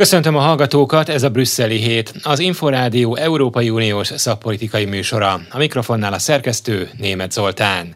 Köszöntöm a hallgatókat, ez a Brüsszeli Hét, az Inforádió Európai Uniós szakpolitikai műsora. A mikrofonnál a szerkesztő Németh Zoltán.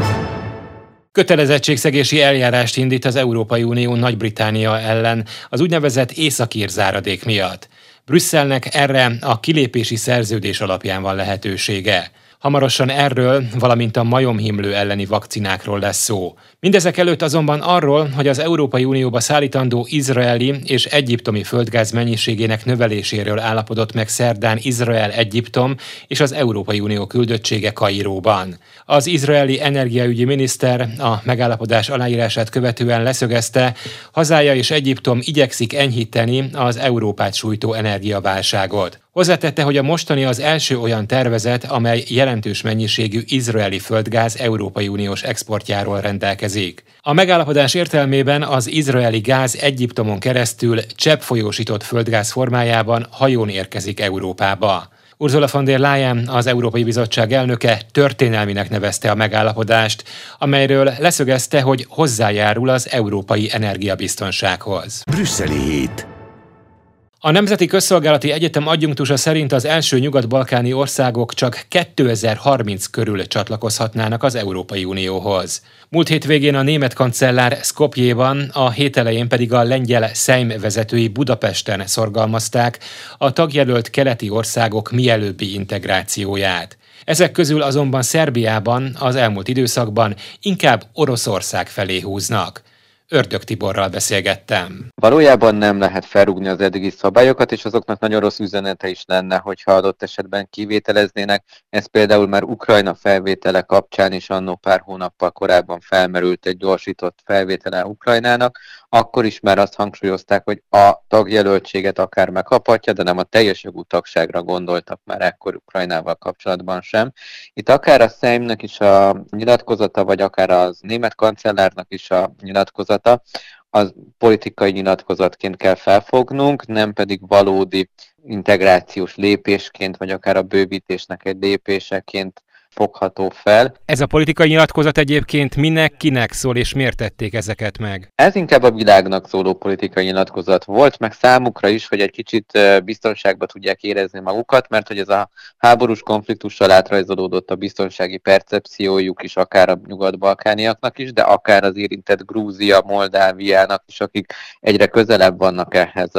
Kötelezettségszegési eljárást indít az Európai Unió Nagy-Britannia ellen az úgynevezett északír záradék miatt. Brüsszelnek erre a kilépési szerződés alapján van lehetősége. Hamarosan erről, valamint a majomhimlő elleni vakcinákról lesz szó. Mindezek előtt azonban arról, hogy az Európai Unióba szállítandó izraeli és egyiptomi földgáz mennyiségének növeléséről állapodott meg szerdán Izrael, Egyiptom és az Európai Unió küldöttsége Kairóban. Az izraeli energiaügyi miniszter a megállapodás aláírását követően leszögezte, hazája és Egyiptom igyekszik enyhíteni az Európát sújtó energiaválságot. Hozzátette, hogy a mostani az első olyan tervezet, amely jelentős mennyiségű izraeli földgáz Európai Uniós exportjáról rendelkezik. A megállapodás értelmében az izraeli gáz Egyiptomon keresztül cseppfolyósított földgáz formájában hajón érkezik Európába. Ursula von der Leyen, az Európai Bizottság elnöke történelminek nevezte a megállapodást, amelyről leszögezte, hogy hozzájárul az európai energiabiztonsághoz. Brüsszeli Hét. A Nemzeti Közszolgálati Egyetem adjunktusa szerint az első nyugat-balkáni országok csak 2030 körül csatlakozhatnának az Európai Unióhoz. Múlt hétvégén a német kancellár Skopjéban, a hét elején pedig a lengyel Szejm vezetői Budapesten szorgalmazták a tagjelölt keleti országok mielőbbi integrációját. Ezek közül azonban Szerbiában az elmúlt időszakban inkább Oroszország felé húznak. Ördög Tiborral beszélgettem. Valójában nem lehet felrúgni az eddigi szabályokat, és azoknak nagyon rossz üzenete is lenne, hogyha adott esetben kivételeznének. Ez például már Ukrajna felvétele kapcsán is annó pár hónappal korábban felmerült egy gyorsított felvétele Ukrajnának. Akkor is már azt hangsúlyozták, hogy a tagjelöltséget akár megkaphatja, de nem a teljes jogú tagságra gondoltak már ekkor Ukrajnával kapcsolatban sem. Itt akár a Szejmnek is a nyilatkozata, vagy akár az német kancellárnak is a nyilatkozata, az politikai nyilatkozatként kell felfognunk, nem pedig valódi integrációs lépésként, vagy akár a bővítésnek egy lépéseként fogható fel. Ez a politikai nyilatkozat egyébként minek, kinek szól, és miért tették ezeket meg? Ez inkább a világnak szóló politikai nyilatkozat volt, meg számukra is, hogy egy kicsit biztonságba tudják érezni magukat, mert hogy ez a háborús konfliktussal átrajzolódott a biztonsági percepciójuk is, akár a nyugat-balkániaknak is, de akár az érintett Grúzia, Moldáviának is, akik egyre közelebb vannak ehhez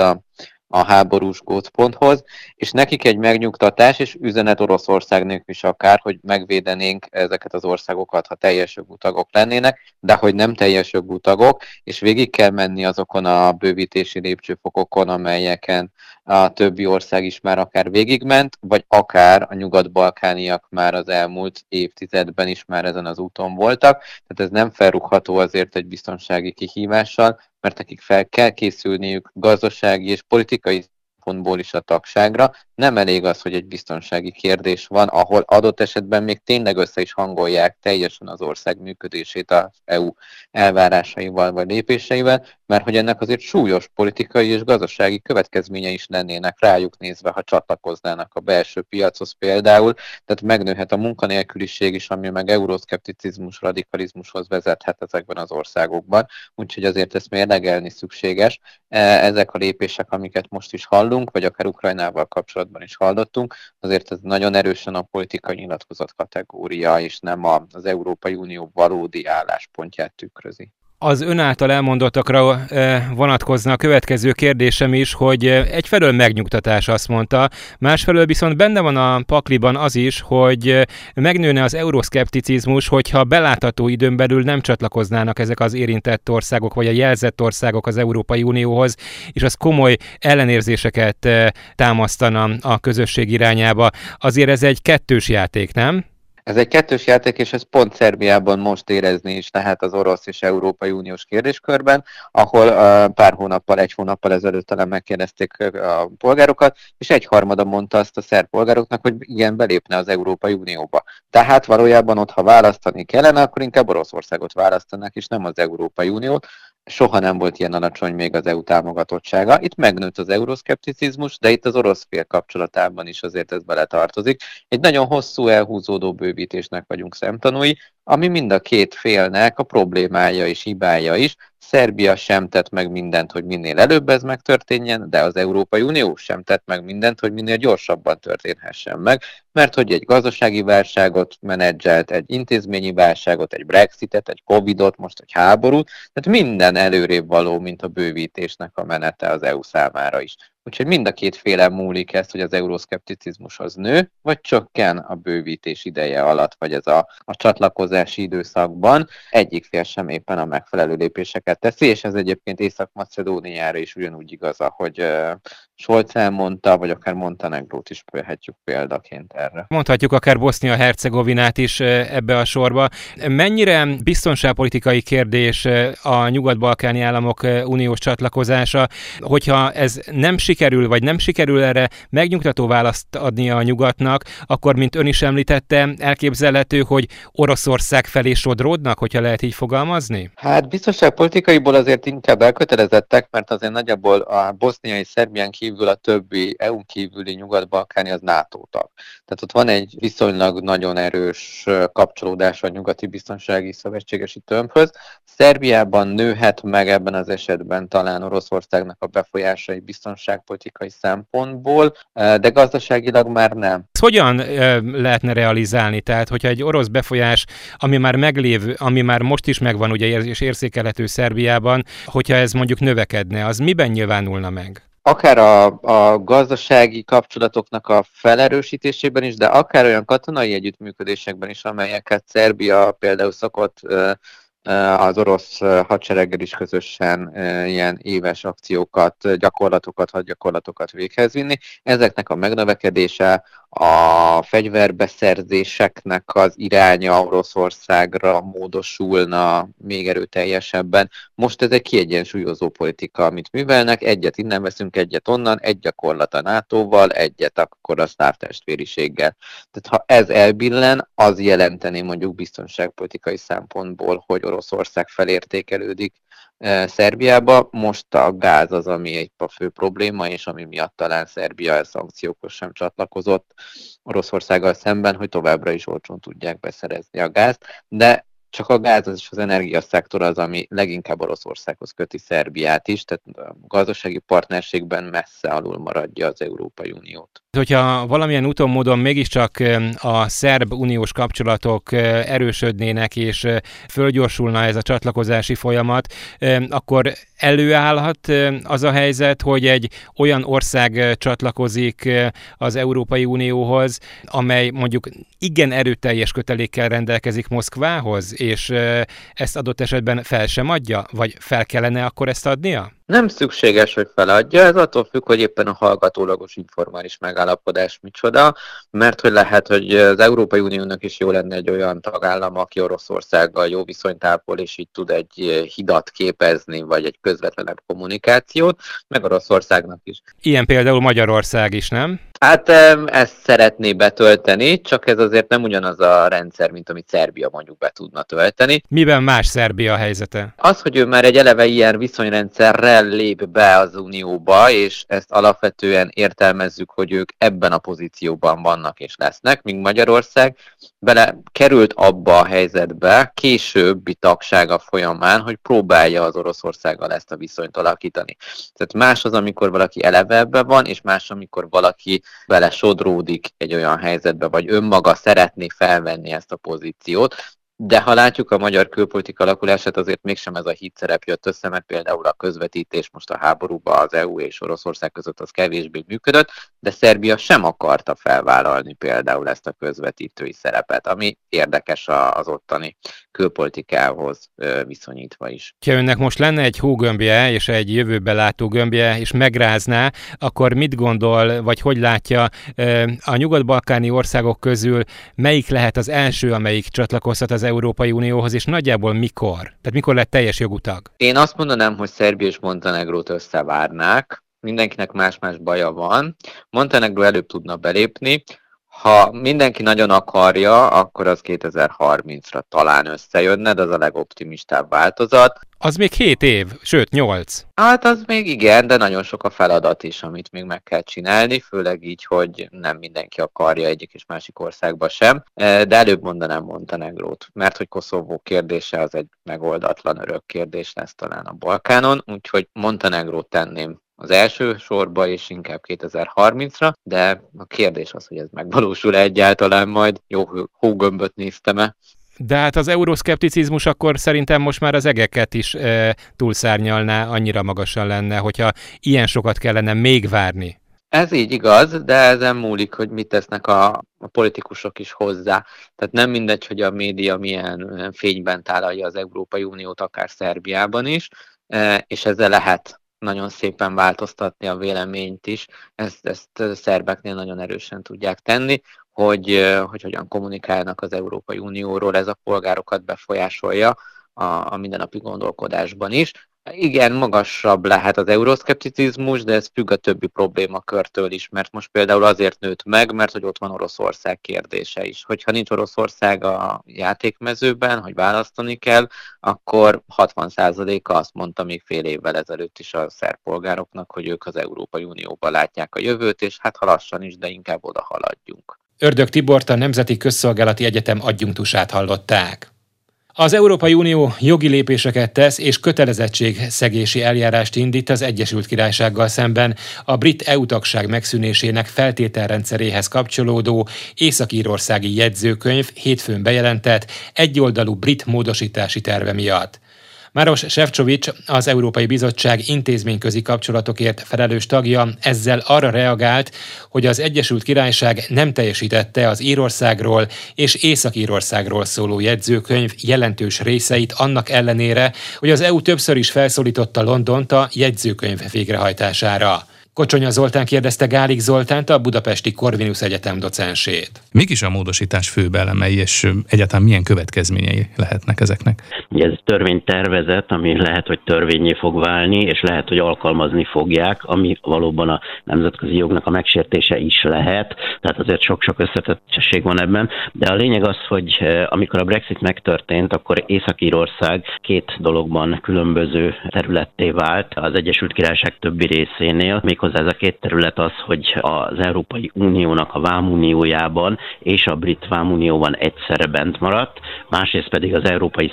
a háborús gócponthoz, és nekik egy megnyugtatás és üzenet Oroszországnak is akár, hogy megvédenénk ezeket az országokat, ha teljes jogú tagok lennének, de hogy nem teljes jogú tagok, és végig kell menni azokon a bővítési lépcsőfokokon, amelyeken a többi ország is már akár végigment, vagy akár a nyugat-balkániak már az elmúlt évtizedben is már ezen az úton voltak, tehát ez nem felrúgható azért egy biztonsági kihívással, mert nekik fel kell készülniük gazdasági és politikai szempontból is a tagságra. Nem elég az, hogy egy biztonsági kérdés van, ahol adott esetben még tényleg össze is hangolják teljesen az ország működését az EU elvárásaival vagy lépéseivel, mert hogy ennek azért súlyos politikai és gazdasági következménye is lennének rájuk nézve, ha csatlakoznának a belső piachoz például, tehát megnőhet a munkanélküliség is, ami meg euroszkepticizmus, radikalizmushoz vezethet ezekben az országokban, úgyhogy azért ezt mérlegelni szükséges. Ezek a lépések, amiket most is hallunk, vagy akár Ukrajnával kapcsolatban is hallottunk, azért ez nagyon erősen a politikai nyilatkozat kategória, és nem az Európai Unió valódi álláspontját tükrözi. Az ön által elmondottakra vonatkozna a következő kérdésem is, hogy egyfelől megnyugtatás, azt mondta, másfelől viszont benne van a pakliban az is, hogy megnőne az euroszkepticizmus, hogyha belátható időn belül nem csatlakoznának ezek az érintett országok, vagy a jelzett országok az Európai Unióhoz, és az komoly ellenérzéseket támasztana a közösség irányába. Azért ez egy kettős játék, nem? Ez egy kettős játék, és ez pont Szerbiában most érezni is lehet az orosz és Európai Uniós kérdéskörben, ahol egy hónappal ezelőtt talán megkérdezték a polgárokat, és egyharmada mondta azt a szerb polgároknak, hogy igen, belépne az Európai Unióba. Tehát valójában ott, ha választani kellene, akkor inkább Oroszországot választanak, és nem az Európai Uniót. Soha nem volt ilyen alacsony még az EU támogatottsága. Itt megnőtt az euroszkepticizmus, de itt az orosz fél kapcsolatában is azért ez beletartozik. Egy nagyon hosszú elhúzódó bővítésnek vagyunk szemtanúi, ami mind a két félnek a problémája és hibája is. Szerbia sem tett meg mindent, hogy minél előbb ez megtörténjen, de az Európai Unió sem tett meg mindent, hogy minél gyorsabban történhessen meg, mert hogy egy gazdasági válságot menedzselt, egy intézményi válságot, egy Brexitet, egy Covidot, most egy háborút, tehát minden előrébb való, mint a bővítésnek a menete az EU számára is. Úgyhogy mind a két féle múlik ezt, hogy az euroszkepticizmus az nő, vagy csökken a bővítés ideje alatt, vagy ez a csatlakozási időszakban. Egyik fél sem éppen a megfelelő lépéseket teszi, és ez egyébként Észak-Macedóniára is ugyanúgy igaz, ahogy Scholz elmondta, vagy akár Montenegrót is vehetjük példaként erre. Mondhatjuk akár Bosznia-Hercegovinát is ebbe a sorba. Mennyire biztonságpolitikai kérdés a nyugat-balkáni államok uniós csatlakozása, hogyha ez nem sikerül, vagy nem sikerül erre megnyugtató választ adni a nyugatnak, akkor, mint ön is említette, elképzelhető, hogy Oroszország felé sodródnak, hogyha lehet így fogalmazni? Hát biztonságpolitikaiból azért inkább elkötelezettek, mert azért nagyjából a boszniai Szerbián kívül a többi EU-n kívüli nyugat-balkáni az NATO tag. Tehát ott van egy viszonylag nagyon erős kapcsolódás a nyugati biztonsági szövetségesi tömbhöz. Szerbiában nőhet meg ebben az esetben talán Oroszországnak a befolyásai biztonságpolitikai szempontból, de gazdaságilag már nem. Ezt hogyan lehetne realizálni? Tehát, hogyha egy orosz befolyás, ami már meglévő, ami már most is megvan, ugye, és érzékelhető Szerbiában, hogyha ez mondjuk növekedne, az miben nyilvánulna meg? Akár a gazdasági kapcsolatoknak a felerősítésében is, de akár olyan katonai együttműködésekben is, amelyeket Szerbia például szokott az orosz hadsereggel is közösen ilyen éves akciókat, hadgyakorlatokat véghez vinni. Ezeknek a megnövekedése, a fegyverbeszerzéseknek az iránya Oroszországra módosulna még erőteljesebben. Most ez egy kiegyensúlyozó politika, amit művelnek, egyet innen veszünk, egyet onnan, egy gyakorlat a NATO-val, egyet akkor a szláv testvériséggel. Tehát ha ez elbillen, az jelenteni mondjuk biztonságpolitikai szempontból, hogy Oroszország felértékelődik Szerbiába. Most a gáz az, ami egy fő probléma, és ami miatt talán Szerbia a szankciókhoz sem csatlakozott Oroszországgal szemben, hogy továbbra is olcsón tudják beszerezni a gázt, de csak a gáz és az energiaszektor az, ami leginkább Oroszországhoz köti Szerbiát is, tehát a gazdasági partnerségben messze alul maradja az Európai Uniót. Hogyha valamilyen úton módon mégiscsak a szerb uniós kapcsolatok erősödnének, és fölgyorsulna ez a csatlakozási folyamat, akkor előállhat az a helyzet, hogy egy olyan ország csatlakozik az Európai Unióhoz, amely mondjuk igen erőteljes kötelékkel rendelkezik Moszkvához, és ezt adott esetben fel sem adja? Vagy fel kellene akkor ezt adnia? Nem szükséges, hogy feladja, ez attól függ, hogy éppen a hallgatólagos informális megállapodás micsoda, mert hogy lehet, hogy az Európai Uniónak is jó lenne egy olyan tagállam, aki Oroszországgal jó viszonyt ápol, és így tud egy hidat képezni, vagy egy közvetlenebb kommunikációt, meg Oroszországnak is. Ilyen például Magyarország is, nem? Hát ezt szeretné betölteni, csak ez azért nem ugyanaz a rendszer, mint amit Szerbia mondjuk be tudna tölteni. Miben más Szerbia helyzete? Az, hogy ő már egy eleve ilyen viszonyrendszerrel lép be az Unióba, és ezt alapvetően értelmezzük, hogy ők ebben a pozícióban vannak és lesznek, míg Magyarország bele került abba a helyzetbe későbbi tagsága folyamán, hogy próbálja az Oroszországgal ezt a viszonyt alakítani. Tehát más az, amikor valaki eleve ebben van, és más, amikor valaki bele sodródik egy olyan helyzetbe, vagy önmaga szeretné felvenni ezt a pozíciót. De ha látjuk a magyar külpolitika alakulását, azért mégsem ez a hídszerep jött össze, mert például a közvetítés most a háborúban az EU és Oroszország között az kevésbé működött, de Szerbia sem akarta felvállalni például ezt a közvetítői szerepet, ami érdekes az ottani külpolitikához viszonyítva is. Ha önnek most lenne egy hógömbje és egy jövőbe látó gömbje, és megrázná, akkor mit gondol, vagy hogy látja a nyugat-balkáni országok közül, melyik lehet az első, amelyik csatlakozhat az Európai Unióhoz, és nagyjából mikor? Tehát mikor lett teljes jogú tag? Én azt mondanám, hogy Szerbia és Montenegrót összevárnák. Mindenkinek más-más baja van. Montenegró előbb tudna belépni. Ha mindenki nagyon akarja, akkor az 2030-ra talán összejönne, de az a legoptimistább változat. Az még 7 év, sőt 8. Hát az még igen, de nagyon sok a feladat is, amit még meg kell csinálni, főleg így, hogy nem mindenki akarja egyik és másik országba sem. De előbb mondanám Montenegrót, mert hogy Koszovó kérdése az egy megoldatlan örök kérdés lesz talán a Balkánon, úgyhogy Montenegrót tenném az első sorba, és inkább 2030-ra, de a kérdés az, hogy ez megvalósul egyáltalán majd. Jó hógömböt néztem-e. De hát az euroszkepticizmus akkor szerintem most már az egeket is túlszárnyalná, annyira magasan lenne, hogyha ilyen sokat kellene még várni. Ez így igaz, de ezen múlik, hogy mit tesznek a politikusok is hozzá. Tehát nem mindegy, hogy a média milyen fényben tálalja az Európai Uniót, akár Szerbiában is, és ezzel lehet nagyon szépen változtatni a véleményt is. Ezt szerbeknél nagyon erősen tudják tenni, hogy hogyan kommunikálnak az Európai Unióról, ez a polgárokat befolyásolja a mindennapi gondolkodásban is. Igen, magasabb lehet az euroszkepticizmus, de ez függ a többi problémakörtől is, mert most például azért nőtt meg, mert hogy ott van Oroszország kérdése is. Hogyha nincs Oroszország a játékmezőben, hogy választani kell, akkor 60%-a azt mondta még fél évvel ezelőtt is a szerb polgároknak, hogy ők az Európai Unióban látják a jövőt, és hát ha lassan is, de inkább oda haladjunk. Ördög Tibort, a Nemzeti Közszolgálati Egyetem adjunktusát hallották. Az Európai Unió jogi lépéseket tesz és kötelezettségszegési eljárást indít az Egyesült Királysággal szemben a brit EU-tagság megszűnésének feltételrendszeréhez kapcsolódó észak-írországi jegyzőkönyv hétfőn bejelentett egyoldalú brit módosítási terve miatt. Maroš Šefčovič, az Európai Bizottság intézményközi kapcsolatokért felelős tagja ezzel arra reagált, hogy az Egyesült Királyság nem teljesítette az Írországról és Észak-Írországról szóló jegyzőkönyv jelentős részeit annak ellenére, hogy az EU többször is felszólította Londont a jegyzőkönyv végrehajtására. Kocsonya Zoltán kérdezte Gálik Zoltánt, a budapesti Corvinus Egyetem docensét. Mik is a módosítás főbb elemei, és egyáltalán milyen következményei lehetnek ezeknek? Ugye ez törvénytervezet, ami lehet, hogy törvénnyé fog válni, és lehet, hogy alkalmazni fogják, ami valóban a nemzetközi jognak a megsértése is lehet, tehát azért sok-sok összetettség van ebben, de a lényeg az, hogy amikor a Brexit megtörtént, akkor Észak-Írország két dologban különböző területté vált az Egyesült Királyság többi részénél. Méghozzá ez a két terület az, hogy az Európai Uniónak a vámuniójában és a brit vámunióban egyszerre bent maradt, másrészt pedig az európai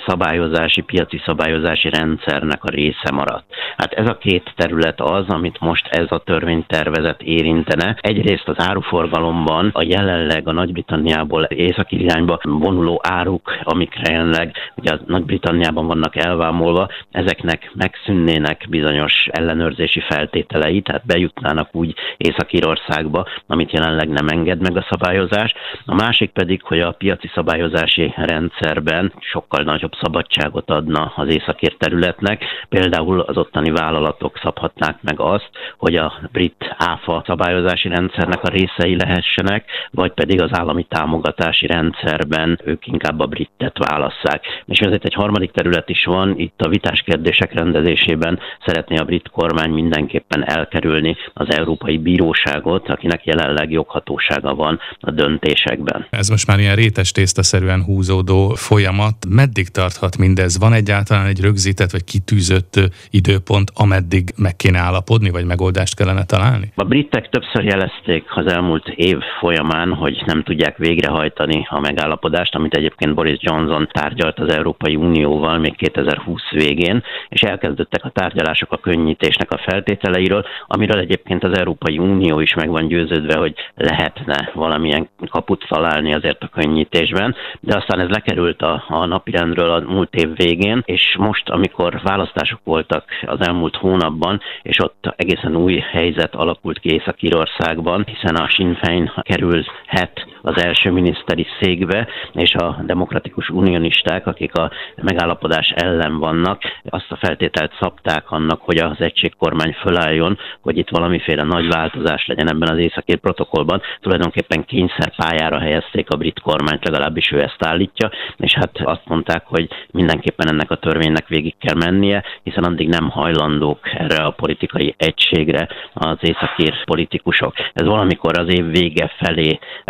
piaci szabályozási rendszernek a része maradt. Hát ez a két terület az, amit most ez a törvénytervezet érintene. Egyrészt az áruforgalomban a jelenleg a Nagy-Britanniából északi irányba vonuló áruk, amikre jelenleg ugye a Nagy-Britanniában vannak elvámolva, ezeknek megszűnnének bizonyos ellenőrzési feltételei, tehát bejutnának úgy Észak-Írországba, amit jelenleg nem enged meg a szabályozás. A másik pedig, hogy a piaci szabályozási rendszerben sokkal nagyobb szabadságot adna az északír területnek. Például az ottani vállalatok szabhatnák meg azt, hogy a brit áfa szabályozási rendszernek a részei lehessenek, vagy pedig az állami támogatási rendszerben ők inkább a britet válasszák. És ezért egy harmadik terület is van, itt a vitás kérdések rendezésében szeretné a brit kormány mindenképpen elkerülni az Európai Bíróságot, akinek jelenleg joghatósága van a döntésekben. Ez most már ilyen rétes tésztaszerűen húzódó folyamat. Meddig tarthat mindez? Van egyáltalán egy rögzített vagy kitűzött időpont, ameddig meg kéne állapodni, vagy megoldást kellene találni? A britek többször jelezték az elmúlt év folyamán, hogy nem tudják végrehajtani a megállapodást, amit egyébként Boris Johnson tárgyalt az Európai Unióval még 2020 végén, és elkezdődtek a tárgyalások a könnyítésnek a feltételeiről, amiről egyébként az Európai Unió is meg van győződve, hogy lehetne valamilyen kaput találni azért a könnyítésben, de aztán ez lekerült a napirendről a múlt év végén, és most, amikor választások voltak az elmúlt hónapban, és ott egészen új helyzet alakult ki Észak-Írországban, hiszen a Sinn Féin kerülhet az első miniszteri székbe, és a demokratikus unionisták, akik a megállapodás ellen vannak, azt a feltételt szabták annak, hogy az egységkormány fölálljon, hogy itt valamiféle nagy változás legyen ebben az északír protokollban. Tulajdonképpen kényszerpályára helyezték a brit kormányt, legalábbis ő ezt állítja, és hát azt mondták, hogy mindenképpen ennek a törvénynek végig kell mennie, hiszen addig nem hajlandók erre a politikai egységre az északír politikusok. Ez valamikor az év vége felé lehetne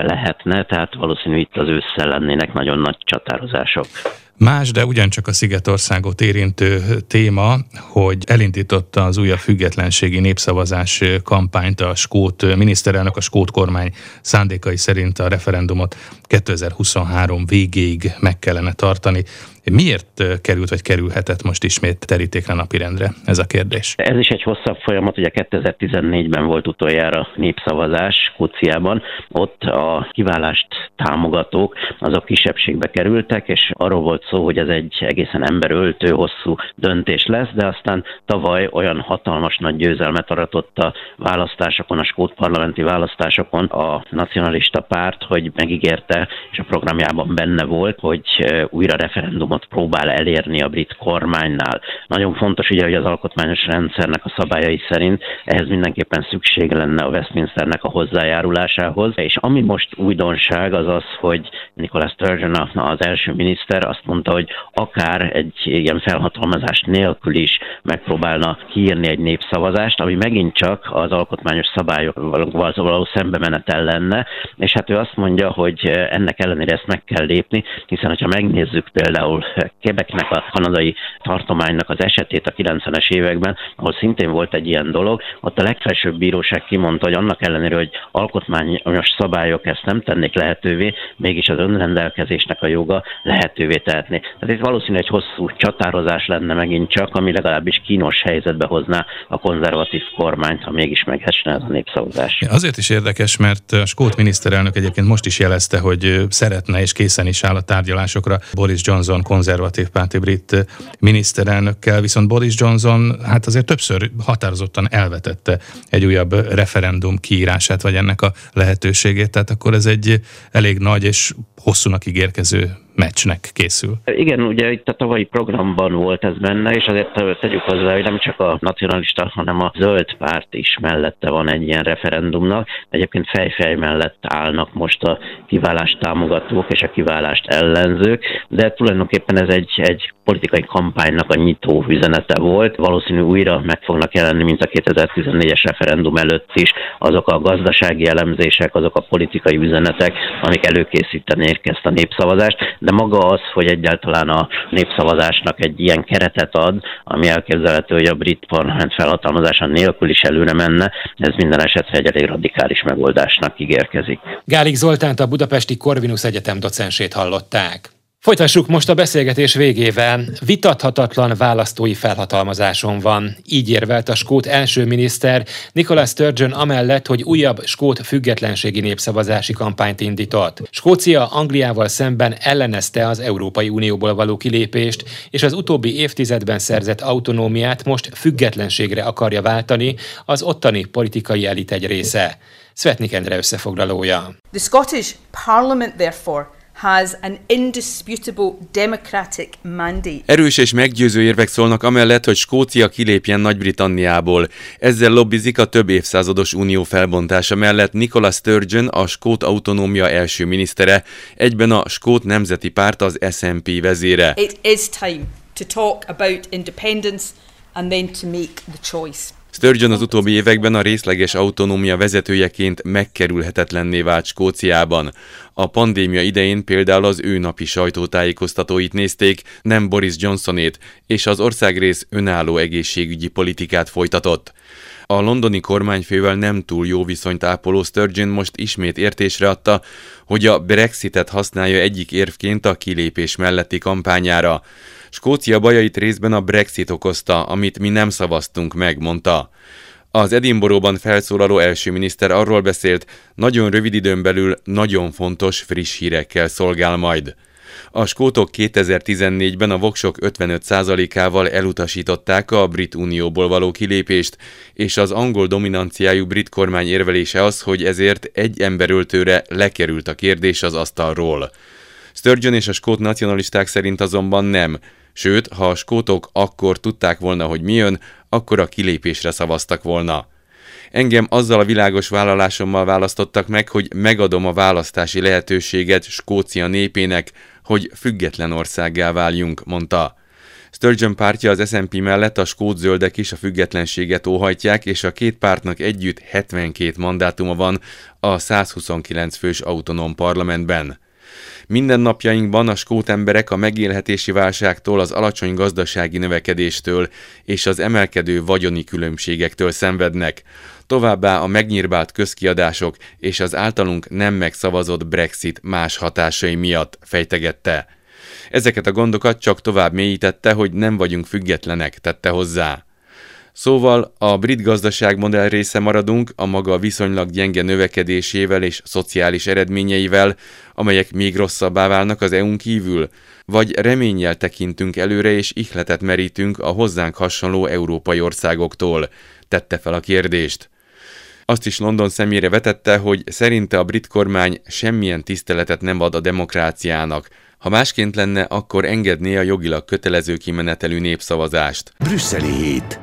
lehetne, tehát valószínű itt az ősszel lennének nagyon nagy csatározások. Más, de ugyancsak a Szigetországot érintő téma, hogy elindította az újabb függetlenségi népszavazás kampányt a skót miniszterelnök, a skót kormány szándékai szerint a referendumot 2023 végéig meg kellene tartani. Miért került vagy kerülhetett most ismét terítékre, napirendre ez a kérdés? Ez is egy hosszabb folyamat, ugye 2014-ben volt utoljára népszavazás Skóciában, ott a kiválást támogatók, azok kisebbségbe kerültek, és arról volt szó, hogy ez egy egészen emberöltő, hosszú döntés lesz, de aztán tavaly olyan hatalmas nagy győzelmet aratott a választásokon, a skót parlamenti választásokon a nacionalista párt, hogy megígérte, és a programjában benne volt, hogy újra referendumot próbál elérni a brit kormánynál. Nagyon fontos ugye, hogy az alkotmányos rendszernek a szabályai szerint ehhez mindenképpen szükség lenne a Westminsternek a hozzájárulásához, és ami most újdonság az az, hogy Nicola Sturgeon az első miniszter azt mondta, hogy akár egy ilyen felhatalmazás nélkül is megpróbálna kiírni egy népszavazást, ami megint csak az alkotmányos szabályokkal való szembemenetel lenne, és hát ő azt mondja, hogy ennek ellenére ezt meg kell lépni, hiszen ha megnézzük például Quebecnek, a kanadai tartománynak az esetét a 90-es években, ahol szintén volt egy ilyen dolog, ott a legfelsőbb bíróság kimondta, hogy annak ellenére, hogy alkotmányos szabályok ezt nem tennék lehetővé, mégis az önrendelkezésnek a joga lehetővé tehetné. Tehát itt valószínűleg egy hosszú csatározás lenne megint csak, ami legalábbis kínos helyzetbe hozná a konzervatív kormányt, ha mégis meghessne ez a népszavazás. Azért is érdekes, mert a skót miniszterelnök egyébként most is jelezte, hogy szeretne és készen is áll a tárgyalásokra Boris Johnson konzervatív párti brit miniszterelnökkel, viszont Boris Johnson hát azért többször határozottan elvetette egy újabb referendum kiírását, vagy ennek a lehetőségét, tehát akkor ez egy elég nagy és hosszúnak ígérkező meccsnek készül. Igen, ugye itt a tavalyi programban volt ez benne, és azért tegyük hozzá, hogy nem csak a nacionalista, hanem a zöld párt is mellette van egy ilyen referendumnak. Egyébként fejfej mellett állnak most a kiválást támogatók és a kiválást ellenzők, de tulajdonképpen ez egy politikai kampánynak a nyitó üzenete volt. Valószínű újra meg fognak jelenni, mint a 2014-es referendum előtt is, azok a gazdasági elemzések, azok a politikai üzenetek, amik előkészítenék ezt a népszavazást, de maga az, hogy egyáltalán a népszavazásnak egy ilyen keretet ad, ami elképzelhető, hogy a brit parlament felhatalmazása nélkül is előre menne, ez minden esetre egy elég radikális megoldásnak ígérkezik. Gálik Zoltánt, a budapesti Corvinus Egyetem docensét hallották. Folytassuk most a beszélgetés végével. Vitathatatlan választói felhatalmazáson van. Így érvelt a skót első miniszter Nicola Sturgeon amellett, hogy újabb skót függetlenségi népszavazási kampányt indított. Skócia Angliával szemben ellenezte az Európai Unióból való kilépést, és az utóbbi évtizedben szerzett autonómiát most függetlenségre akarja váltani az ottani politikai elit egy része. Svetnik Endre összefoglalója. The Scottish Parliament, therefore, has an indisputable democratic mandate. Erős és meggyőző érvek szólnak amellett, hogy Skócia kilépjen Nagy-Britanniából. Ezzel lobbizik a több évszázados unió felbontása mellett Nicola Sturgeon, a skót autonómia első minisztere, egyben a skót nemzeti párt, az SNP vezére. It is time to talk about independence and then to make the choice. Sturgeon az utóbbi években a részleges autonómia vezetőjeként megkerülhetetlenné vált Skóciában. A pandémia idején például az ő napi sajtótájékoztatóit nézték, nem Boris Johnsonét, és az országrész önálló egészségügyi politikát folytatott. A londoni kormányfővel nem túl jó viszonyt ápoló Sturgeon most ismét értésre adta, hogy a Brexitet használja egyik érvként a kilépés melletti kampányára. Skócia bajait részben a Brexit okozta, amit mi nem szavaztunk meg, mondta. Az Edinburghban felszólaló első miniszter arról beszélt, nagyon rövid időn belül nagyon fontos friss hírekkel szolgál majd. A skótok 2014-ben a voksok 55%-ával elutasították a brit unióból való kilépést, és az angol dominanciájú brit kormány érvelése az, hogy ezért egy emberöltőre lekerült a kérdés az asztalról. Sturgeon és a skót nacionalisták szerint azonban nem, sőt, ha a skótok akkor tudták volna, hogy mi jön, akkor a kilépésre szavaztak volna. Engem azzal a világos vállalásommal választottak meg, hogy megadom a választási lehetőséget Skócia népének, hogy független országgá váljunk, mondta. Sturgeon pártja az SNP mellett a skót zöldek is a függetlenséget óhajtják, és a két pártnak együtt 72 mandátuma van a 129 fős autonóm parlamentben. Mindennapjainkban a skót emberek a megélhetési válságtól, az alacsony gazdasági növekedéstől és az emelkedő vagyoni különbségektől szenvednek. Továbbá a megnyírbált közkiadások és az általunk nem megszavazott Brexit más hatásai miatt, fejtegette. Ezeket a gondokat csak tovább mélyítette, hogy nem vagyunk függetlenek, tette hozzá. Szóval a brit gazdaságmodell része maradunk a maga viszonylag gyenge növekedésével és szociális eredményeivel, amelyek még rosszabbá válnak az EU-n kívül, vagy reménnyel tekintünk előre és ihletet merítünk a hozzánk hasonló európai országoktól, tette fel a kérdést. Azt is London szemére vetette, hogy szerinte a brit kormány semmilyen tiszteletet nem ad a demokráciának. Ha másként lenne, akkor engedné a jogilag kötelező kimenetelű népszavazást. Brüsszeli hét.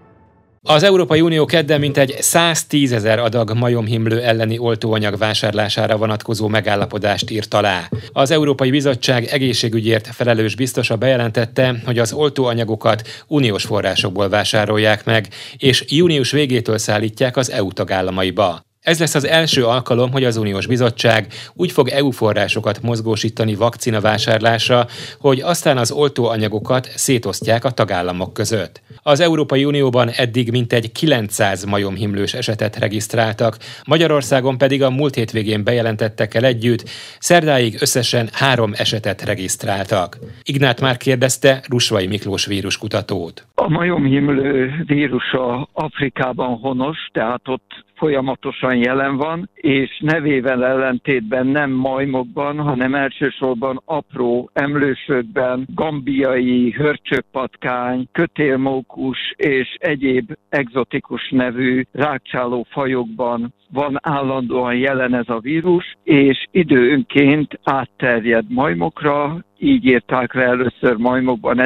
Az Európai Unió kedden mintegy 110 000 adag majomhimlő elleni oltóanyag vásárlására vonatkozó megállapodást írt alá. Az Európai Bizottság egészségügyért felelős biztosa bejelentette, hogy az oltóanyagokat uniós forrásokból vásárolják meg, és június végétől szállítják az EU tagállamaiba. Ez lesz az első alkalom, hogy az Uniós Bizottság úgy fog EU forrásokat mozgósítani vakcinavásárlásra, hogy aztán az oltóanyagokat szétosztják a tagállamok között. Az Európai Unióban eddig mintegy 900 majomhimlős esetet regisztráltak, Magyarországon pedig a múlt hétvégén bejelentettekkel együtt szerdáig összesen 3 esetet regisztráltak. Ignát már kérdezte Rusvai Miklós víruskutatót. A majomhimlő vírusa Afrikában honos, tehát ott folyamatosan jelen van, és nevével ellentétben nem majmokban, hanem elsősorban apró emlősökben, gambiai hörcsöppatkány, kötélmókus és egyéb egzotikus nevű rágcsáló fajokban van állandóan jelen ez a vírus, és időnként átterjed majmokra. Így írták le először majmokban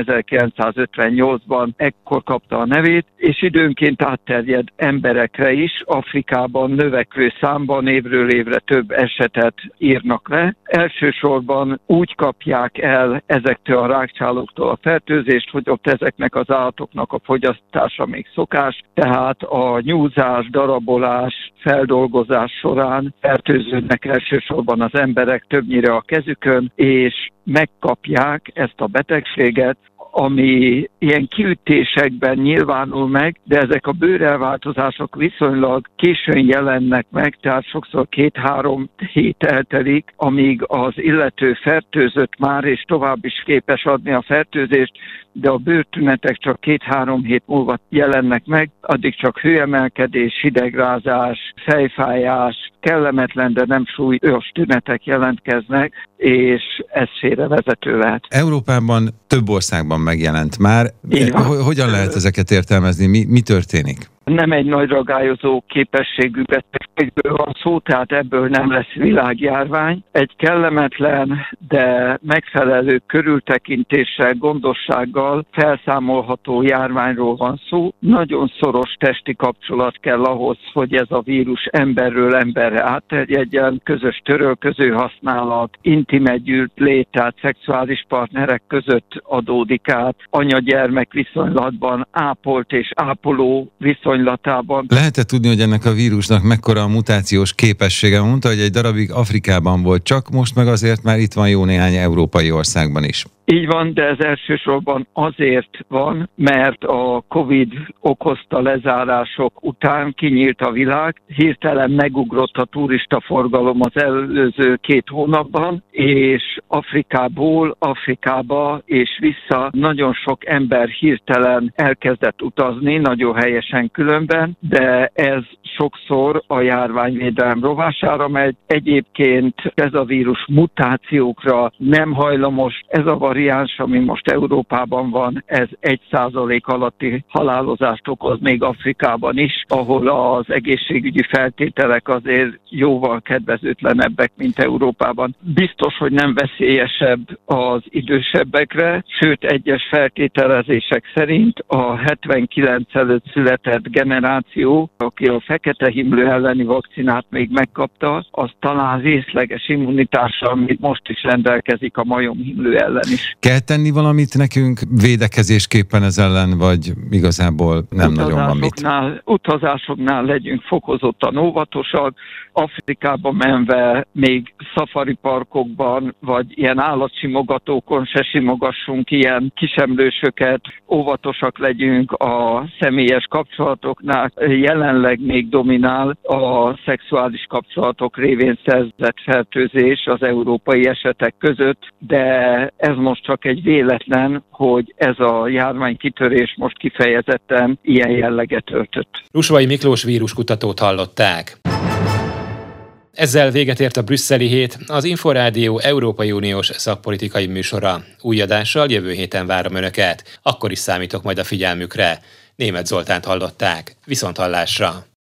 1958-ban, ekkor kapta a nevét, és időnként átterjed emberekre is. Afrikában növekvő számban évről évre több esetet írnak le. Elsősorban úgy kapják el ezektől a rágcsálóktól a fertőzést, hogy ott ezeknek az állatoknak a fogyasztása még szokás, tehát a nyúzás, darabolás, feldolgozás során fertőződnek elsősorban az emberek, többnyire a kezükön, és megkapják ezt a betegséget, ami ilyen kiütésekben nyilvánul meg, de ezek a bőrelváltozások viszonylag későn jelennek meg, tehát sokszor 2-3 hét eltelik, amíg az illető fertőzött már, és tovább is képes adni a fertőzést, de a bőrtünetek csak 2-3 hét múlva jelennek meg, addig csak hőemelkedés, hidegrázás, fejfájás, kellemetlen, de nem súlyos tünetek jelentkeznek, és ez félrevezető lehet. Európában több országban megjelent már. Hogyan lehet ezeket értelmezni? Mi történik? Nem egy nagy ragályozó képességű betegségből van szó, tehát ebből nem lesz világjárvány. Egy kellemetlen, de megfelelő körültekintéssel, gondossággal felszámolható járványról van szó. Nagyon szoros testi kapcsolat kell ahhoz, hogy ez a vírus emberről emberre átterjedjen, közös törölköző használat, intim együttlét, tehát szexuális partnerek között adódik át, anya-gyermek viszonylatban, ápolt és ápoló viszonylatban. Lehet-e tudni, hogy ennek a vírusnak mekkora a mutációs képessége? Mondta, hogy egy darabig Afrikában volt csak, most meg azért már itt van jó néhány európai országban is. Így van, de ez elsősorban azért van, mert a Covid okozta lezárások után kinyílt a világ, hirtelen megugrott a turistaforgalom az előző 2 hónapban, és Afrikából Afrikába és vissza nagyon sok ember hirtelen elkezdett utazni, nagyon helyesen különben, de ez sokszor a járványvédelem rovására megy. Egyébként ez a vírus mutációkra nem hajlamos, ez a variáns, ami most Európában van, ez 1% alatti halálozást okoz még Afrikában is, ahol az egészségügyi feltételek azért jóval kedvezőtlenebbek, mint Európában. Biztos, hogy nem veszélyesebb az idősebbekre, sőt egyes feltételezések szerint a 79 előtt született generáció, aki a fekete himlő elleni vakcinát még megkapta, az talán részleges immunitással, amit most is rendelkezik a majomhimlő ellen is. Kell tenni valamit nekünk védekezésképpen ez ellen, vagy igazából nem nagyon van mit? Utazásoknál legyünk fokozottan óvatosak, Afrikába menve még szafari parkokban, vagy ilyen állatsimogatókon se simogassunk ilyen kisemlősöket, óvatosak legyünk a személyes kapcsolatoknál. Jelenleg még dominál a szexuális kapcsolatok révén szerzett fertőzés az európai esetek között, de ez most csak egy véletlen, hogy ez a járványkitörés most kifejezetten ilyen jelleget öltött. Rusvai Miklós víruskutatót hallották. Ezzel véget ért a brüsszeli hét, az Inforádió Európai Uniós szakpolitikai műsora. Új adással jövő héten várom Önöket, akkor is számítok majd a figyelmükre. Németh Zoltánt hallották. Viszonthallásra!